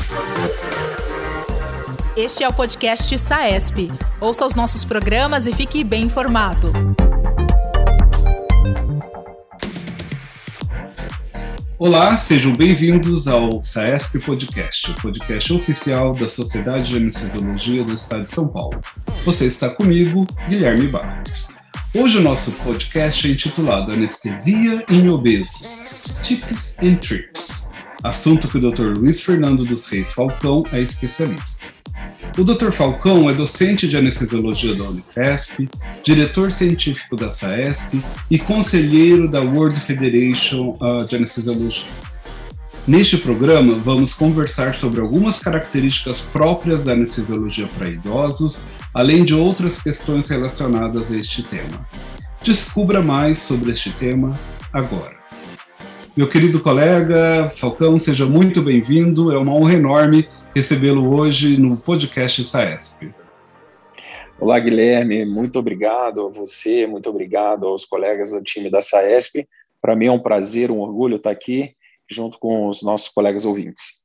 Este é o podcast SAESP. Ouça os nossos programas e fique bem informado. Olá, sejam bem-vindos ao SAESP Podcast, o podcast oficial da Sociedade de Anestesiologia do Estado de São Paulo. Você está comigo, Guilherme Barros. Hoje o nosso podcast é intitulado Anestesia em Obesos, Tips and Tricks, assunto que o Dr. Luiz Fernando dos Reis Falcão é especialista. O Dr. Falcão é docente de anestesiologia da Unifesp, diretor científico da SAESP e conselheiro da World Federation de Anestesiologia. Neste programa, vamos conversar sobre algumas características próprias da anestesiologia para idosos, além de outras questões relacionadas a este tema. Descubra mais sobre este tema agora. Meu querido colega Falcão, seja muito bem-vindo, é uma honra enorme recebê-lo hoje no podcast SAESP. Olá, Guilherme, muito obrigado a você, muito obrigado aos colegas do time da SAESP. Para mim é um prazer, um orgulho estar aqui junto com os nossos colegas ouvintes.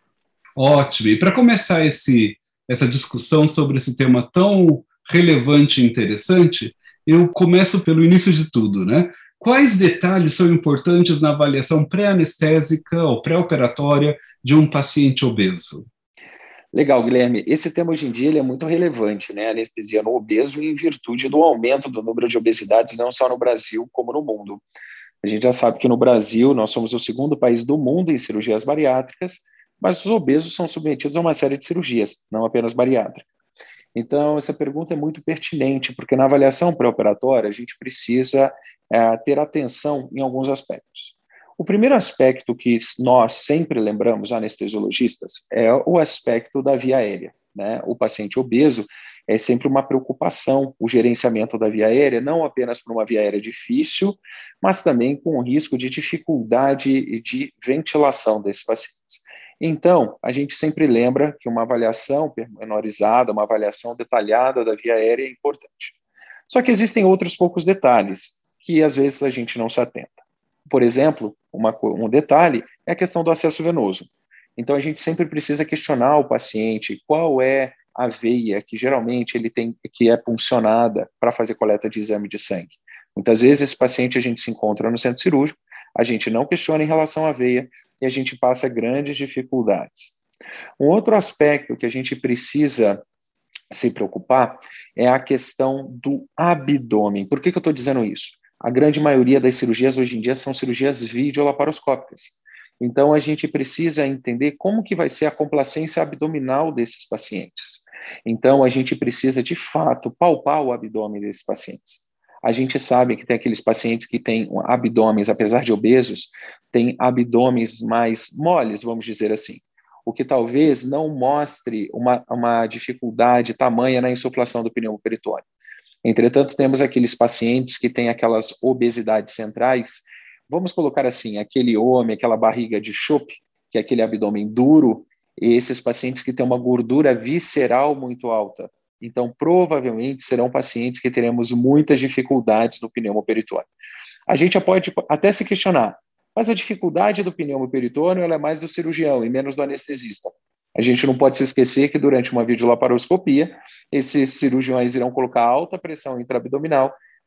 Ótimo, e para começar essa discussão sobre esse tema tão relevante e interessante, eu começo pelo início de tudo, né? Quais detalhes são importantes na avaliação pré-anestésica ou pré-operatória de um paciente obeso? Legal, Guilherme. Esse tema hoje em dia ele é muito relevante, né? Anestesia no obeso em virtude do aumento do número de obesidades, não só no Brasil, como no mundo. A gente já sabe que no Brasil nós somos o segundo país do mundo em cirurgias bariátricas, mas os obesos são submetidos a uma série de cirurgias, não apenas bariátrica. Então, essa pergunta é muito pertinente, porque na avaliação pré-operatória a gente precisa ter atenção em alguns aspectos. O primeiro aspecto que nós sempre lembramos, anestesiologistas, é o aspecto da via aérea, né? O paciente obeso é sempre uma preocupação, o gerenciamento da via aérea, não apenas por uma via aérea difícil, mas também com o risco de dificuldade de ventilação desses pacientes. Então, a gente sempre lembra que uma avaliação pormenorizada, uma avaliação detalhada da via aérea é importante. Só que existem outros poucos detalhes que às vezes a gente não se atenta. Por exemplo, um detalhe é a questão do acesso venoso. Então, a gente sempre precisa questionar o paciente qual é a veia que geralmente ele tem, que é puncionada para fazer coleta de exame de sangue. Muitas vezes esse paciente a gente se encontra no centro cirúrgico, a gente não questiona em relação à veia e a gente passa grandes dificuldades. Um outro aspecto que a gente precisa se preocupar é a questão do abdômen. Por que eu estou dizendo isso? A grande maioria das cirurgias hoje em dia são cirurgias videolaparoscópicas. Então, a gente precisa entender como que vai ser a complacência abdominal desses pacientes. Então, a gente precisa, de fato, palpar o abdômen desses pacientes. A gente sabe que tem aqueles pacientes que têm abdômenes, apesar de obesos, têm abdômenes mais moles, vamos dizer assim, o que talvez não mostre uma dificuldade tamanha na insuflação do pneumoperitônio. Entretanto, temos aqueles pacientes que têm aquelas obesidades centrais, vamos colocar assim, aquele homem, aquela barriga de chope, que é aquele abdômen duro, e esses pacientes que têm uma gordura visceral muito alta. Então, provavelmente, serão pacientes que teremos muitas dificuldades no pneumoperitônio. A gente pode até se questionar, mas a dificuldade do pneumoperitônio ela é mais do cirurgião e menos do anestesista. A gente não pode se esquecer que durante uma videolaparoscopia, esses cirurgiões irão colocar alta pressão intraabdominal,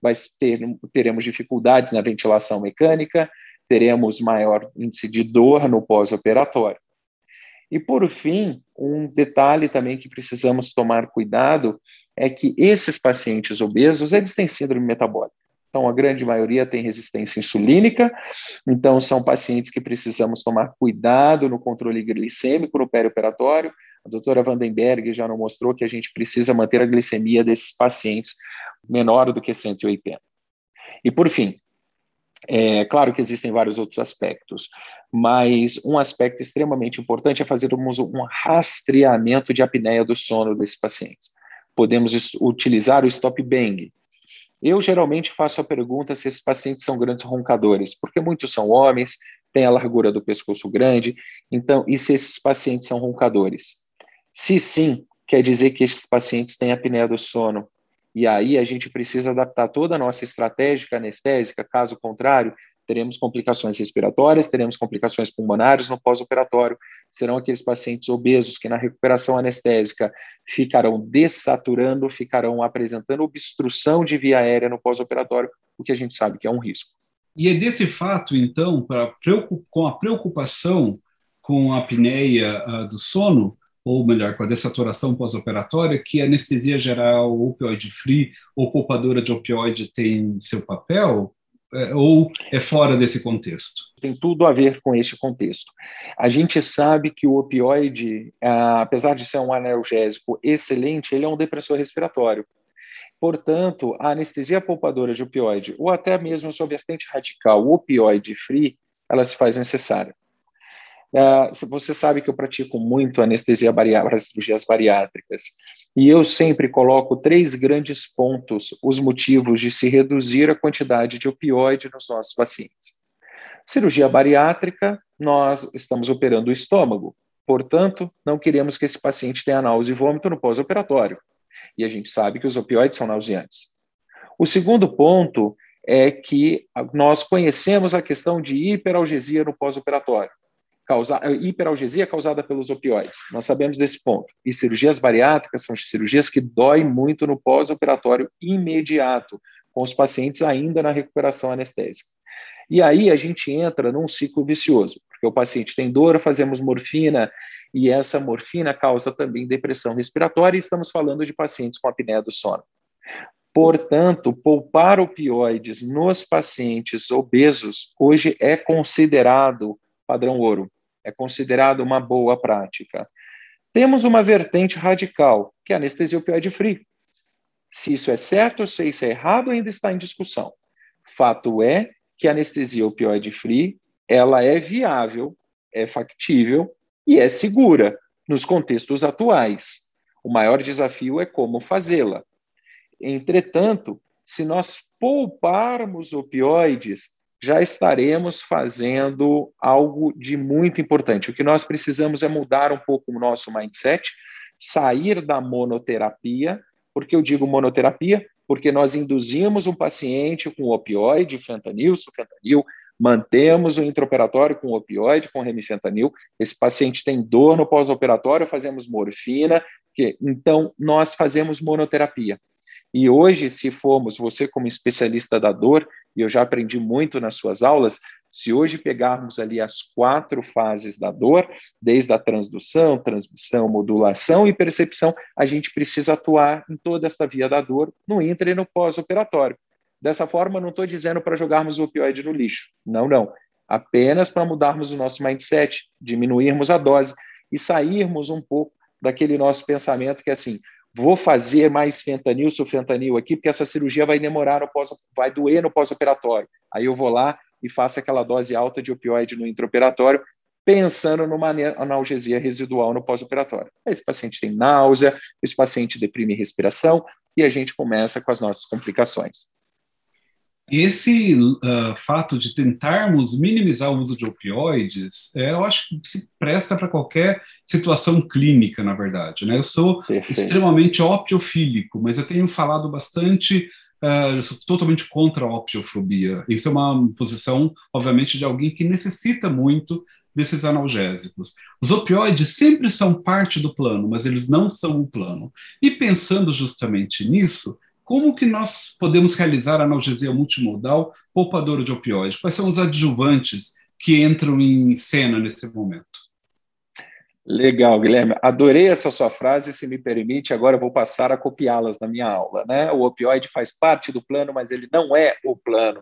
teremos dificuldades na ventilação mecânica, teremos maior índice de dor no pós-operatório. E, por fim, um detalhe também que precisamos tomar cuidado é que esses pacientes obesos, eles têm síndrome metabólica. Então, a grande maioria tem resistência insulínica, então são pacientes que precisamos tomar cuidado no controle glicêmico no perioperatório. A doutora Vandenberg já nos mostrou que a gente precisa manter a glicemia desses pacientes menor do que 180. E, por fim, é claro que existem vários outros aspectos, mas um aspecto extremamente importante é fazermos um rastreamento de apneia do sono desses pacientes. Podemos utilizar o stop bang. Eu geralmente faço a pergunta se esses pacientes são grandes roncadores, porque muitos são homens, têm a largura do pescoço grande, então, e se esses pacientes são roncadores? Se sim, quer dizer que esses pacientes têm apneia do sono. E aí a gente precisa adaptar toda a nossa estratégia anestésica, caso contrário, teremos complicações respiratórias, teremos complicações pulmonares no pós-operatório, serão aqueles pacientes obesos que na recuperação anestésica ficarão dessaturando, ficarão apresentando obstrução de via aérea no pós-operatório, o que a gente sabe que é um risco. E é desse fato, então, com a preocupação com a apneia do sono, ou melhor, com a dessaturação pós-operatória, que a anestesia geral, opioide-free ou poupadora de opioide tem seu papel? Ou é fora desse contexto? Tem tudo a ver com este contexto. A gente sabe que o opioide, apesar de ser um analgésico excelente, ele é um depressor respiratório. Portanto, a anestesia poupadora de opioide, ou até mesmo a sua vertente radical opioide-free, ela se faz necessária. Você sabe que eu pratico muito anestesia para cirurgias bariátricas, e eu sempre coloco 3 grandes pontos, os motivos de se reduzir a quantidade de opioide nos nossos pacientes. Cirurgia bariátrica, nós estamos operando o estômago, portanto, não queremos que esse paciente tenha náusea e vômito no pós-operatório. E a gente sabe que os opioides são nauseantes. O segundo ponto é que nós conhecemos a questão de hiperalgesia no pós-operatório. Hiperalgesia causada pelos opioides. Nós sabemos desse ponto. E cirurgias bariátricas são cirurgias que doem muito no pós-operatório imediato, com os pacientes ainda na recuperação anestésica. E aí a gente entra num ciclo vicioso, porque o paciente tem dor, fazemos morfina, e essa morfina causa também depressão respiratória, e estamos falando de pacientes com apneia do sono. Portanto, poupar opioides nos pacientes obesos hoje é considerado padrão ouro, é considerado uma boa prática. Temos uma vertente radical, que é a anestesia opioide-free. Se isso é certo ou se isso é errado, ainda está em discussão. Fato é que a anestesia opioide-free, ela é viável, é factível e é segura nos contextos atuais. O maior desafio é como fazê-la. Entretanto, se nós pouparmos opioides, já estaremos fazendo algo de muito importante. O que nós precisamos é mudar um pouco o nosso mindset, sair da monoterapia. Por que eu digo monoterapia? Porque nós induzimos um paciente com opioide, fentanil, sulfentanil, mantemos o intraoperatório com opioide, com remifentanil, esse paciente tem dor no pós-operatório, fazemos morfina, então nós fazemos monoterapia. E hoje, se formos, você como especialista da dor, e eu já aprendi muito nas suas aulas, se hoje pegarmos ali as 4 fases da dor, desde a transdução, transmissão, modulação e percepção, a gente precisa atuar em toda esta via da dor, no intra e no pós-operatório. Dessa forma, não estou dizendo para jogarmos o opioide no lixo, não. Apenas para mudarmos o nosso mindset, diminuirmos a dose e sairmos um pouco daquele nosso pensamento que é assim, vou fazer mais fentanil, sulfentanil aqui, porque essa cirurgia vai demorar, vai doer no pós-operatório. Aí eu vou lá e faço aquela dose alta de opioide no intraoperatório, pensando numa analgesia residual no pós-operatório. Esse paciente tem náusea, esse paciente deprime respiração e a gente começa com as nossas complicações. Esse fato de tentarmos minimizar o uso de opioides, eu acho que se presta para qualquer situação clínica, na verdade, né? Eu sou extremamente opiofílico, mas eu tenho falado bastante, eu sou totalmente contra a opiofobia. Isso é uma posição, obviamente, de alguém que necessita muito desses analgésicos. Os opioides sempre são parte do plano, mas eles não são o plano. E pensando justamente nisso, como que nós podemos realizar a analgesia multimodal poupadora de opioides? Quais são os adjuvantes que entram em cena nesse momento? Legal, Guilherme. Adorei essa sua frase, se me permite, agora eu vou passar a copiá-las na minha aula, né? O opioide faz parte do plano, mas ele não é o plano.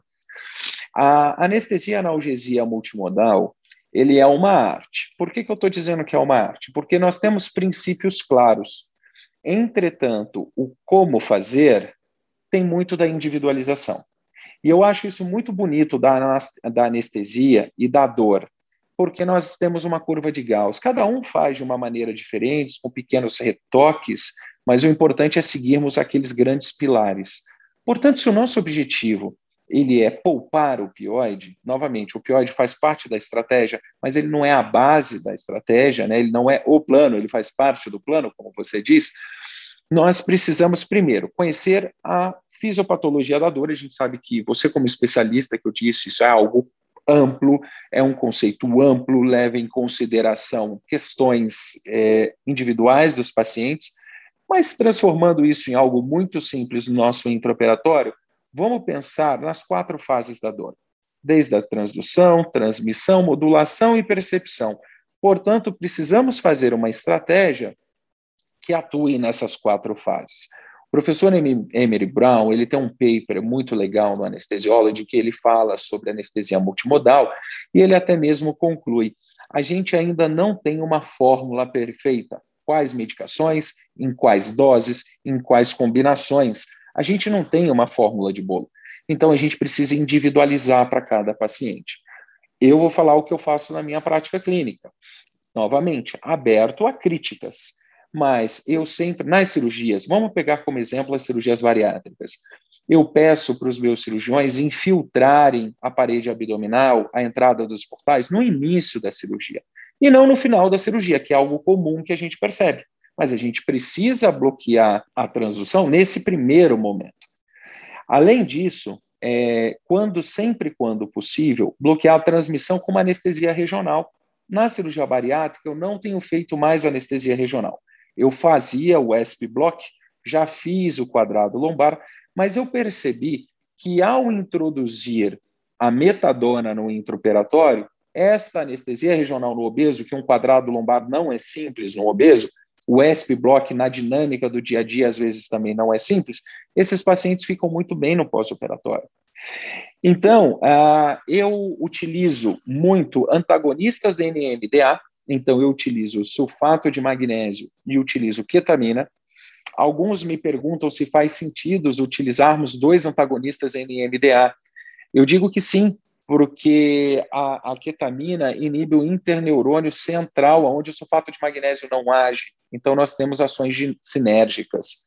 A anestesia analgesia multimodal, ele é uma arte. Por que eu estou dizendo que é uma arte? Porque nós temos princípios claros. Entretanto, o como fazer tem muito da individualização. E eu acho isso muito bonito da anestesia e da dor, porque nós temos uma curva de Gauss. Cada um faz de uma maneira diferente, com pequenos retoques, mas o importante é seguirmos aqueles grandes pilares. Portanto, se o nosso objetivo ele é poupar o opioide, novamente, o opioide faz parte da estratégia, mas ele não é a base da estratégia, né? Ele não é o plano, ele faz parte do plano, como você diz. Nós precisamos, primeiro, conhecer a Fisiopatologia da dor, a gente sabe que você, como especialista, que eu disse, isso é algo amplo, é um conceito amplo, leva em consideração questões individuais dos pacientes, mas transformando isso em algo muito simples no nosso intraoperatório, vamos pensar nas 4 fases da dor, desde a transdução, transmissão, modulação e percepção. Portanto, precisamos fazer uma estratégia que atue nessas 4 fases. O professor Emery Brown, ele tem um paper muito legal no Anesthesiology, que ele fala sobre anestesia multimodal, e ele até mesmo conclui, a gente ainda não tem uma fórmula perfeita. Quais medicações, em quais doses, em quais combinações. A gente não tem uma fórmula de bolo. Então, a gente precisa individualizar para cada paciente. Eu vou falar o que eu faço na minha prática clínica. Novamente, aberto a críticas. Mas eu sempre, nas cirurgias, vamos pegar como exemplo as cirurgias bariátricas. Eu peço para os meus cirurgiões infiltrarem a parede abdominal, a entrada dos portais, no início da cirurgia. E não no final da cirurgia, que é algo comum que a gente percebe. Mas a gente precisa bloquear a transdução nesse primeiro momento. Além disso, sempre quando possível, bloquear a transmissão com uma anestesia regional. Na cirurgia bariátrica, eu não tenho feito mais anestesia regional. Eu fazia o ESP Block, já fiz o quadrado lombar, mas eu percebi que ao introduzir a metadona no intraoperatório, esta anestesia regional no obeso, que um quadrado lombar não é simples no obeso, o ESP Block na dinâmica do dia a dia às vezes também não é simples, esses pacientes ficam muito bem no pós-operatório. Então, eu utilizo muito antagonistas de NMDA, então eu utilizo sulfato de magnésio e utilizo ketamina. Alguns me perguntam se faz sentido utilizarmos 2 antagonistas NMDA. Eu digo que sim, porque a ketamina inibe o interneurônio central, onde o sulfato de magnésio não age. Então, nós temos ações sinérgicas.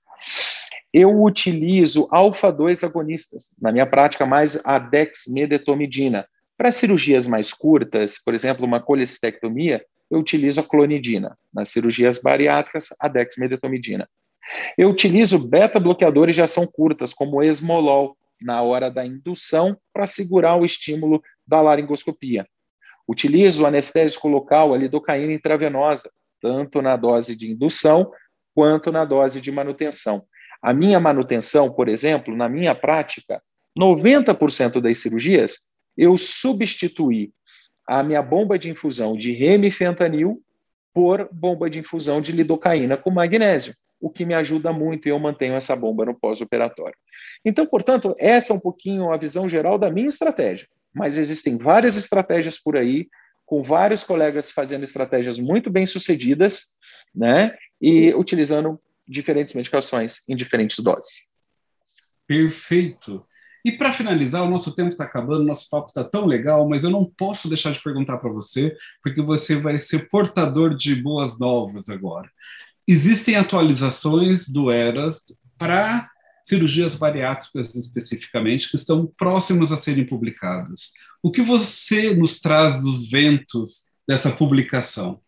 Eu utilizo alfa-2 agonistas, na minha prática, mais a dexmedetomidina. Para cirurgias mais curtas, por exemplo, uma colecistectomia, eu utilizo a clonidina. Nas cirurgias bariátricas, a dexmedetomidina. Eu utilizo beta-bloqueadores de ação curtas, como o esmolol, na hora da indução, para segurar o estímulo da laringoscopia. Utilizo o anestésico local, a lidocaína intravenosa, tanto na dose de indução quanto na dose de manutenção. A minha manutenção, por exemplo, na minha prática, 90% das cirurgias, eu substituí a minha bomba de infusão de remifentanil por bomba de infusão de lidocaína com magnésio, o que me ajuda muito e eu mantenho essa bomba no pós-operatório. Então, portanto, essa é um pouquinho a visão geral da minha estratégia, mas existem várias estratégias por aí, com vários colegas fazendo estratégias muito bem-sucedidas, né, e utilizando diferentes medicações em diferentes doses. Perfeito. E para finalizar, o nosso tempo está acabando, nosso papo está tão legal, mas eu não posso deixar de perguntar para você, porque você vai ser portador de boas novas agora. Existem atualizações do ERAS para cirurgias bariátricas especificamente, que estão próximas a serem publicadas. O que você nos traz dos ventos dessa publicação?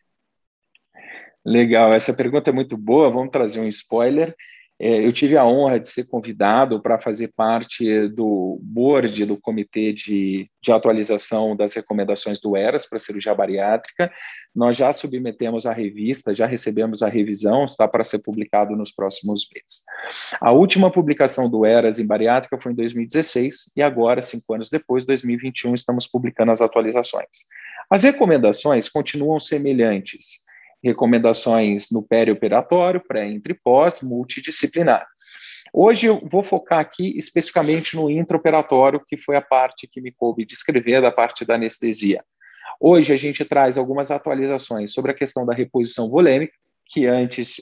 Legal, essa pergunta é muito boa, vamos trazer um spoiler. Eu tive a honra de ser convidado para fazer parte do board do comitê de atualização das recomendações do ERAS para cirurgia bariátrica. Nós já submetemos a revista, já recebemos a revisão, está para ser publicado nos próximos meses. A última publicação do ERAS em bariátrica foi em 2016 e agora, 5 anos depois, 2021, estamos publicando as atualizações. As recomendações continuam semelhantes. Recomendações no perioperatório, pré, entre e pós, multidisciplinar. Hoje eu vou focar aqui especificamente no intraoperatório, que foi a parte que me coube descrever da parte da anestesia. Hoje a gente traz algumas atualizações sobre a questão da reposição volêmica, que antes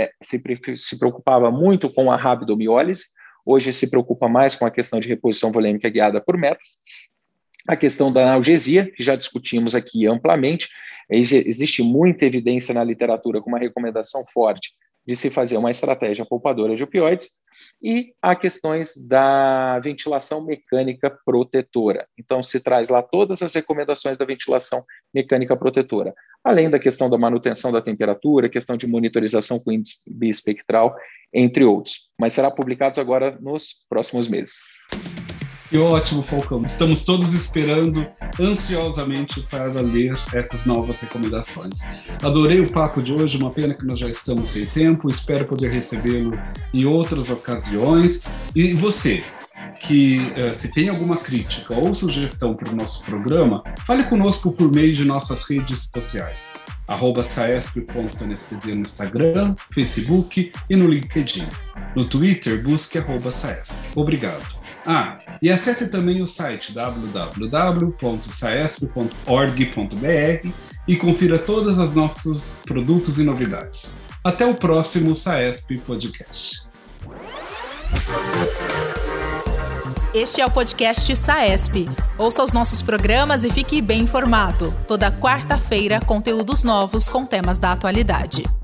se preocupava muito com a rabdomiólise, hoje se preocupa mais com a questão de reposição volêmica guiada por metas. A questão da analgesia, que já discutimos aqui amplamente, existe muita evidência na literatura com uma recomendação forte de se fazer uma estratégia poupadora de opioides. e há questões da ventilação mecânica protetora. Então, se traz lá todas as recomendações da ventilação mecânica protetora, além da questão da manutenção da temperatura, questão de monitorização com índice biespectral, entre outros. Mas será publicados agora nos próximos meses. Que ótimo, Falcão. Estamos todos esperando ansiosamente para ler essas novas recomendações. Adorei o papo de hoje, uma pena que nós já estamos sem tempo, espero poder recebê-lo em outras ocasiões. E você, que se tem alguma crítica ou sugestão para o nosso programa, fale conosco por meio de nossas redes sociais. @saesp.anestesia no Instagram, Facebook e no LinkedIn. No Twitter, busque @saesp. Obrigado. E acesse também o site www.saesp.org.br e confira todos os nossos produtos e novidades. Até o próximo Saesp Podcast. Este é o podcast Saesp. Ouça os nossos programas e fique bem informado. Toda quarta-feira, conteúdos novos com temas da atualidade.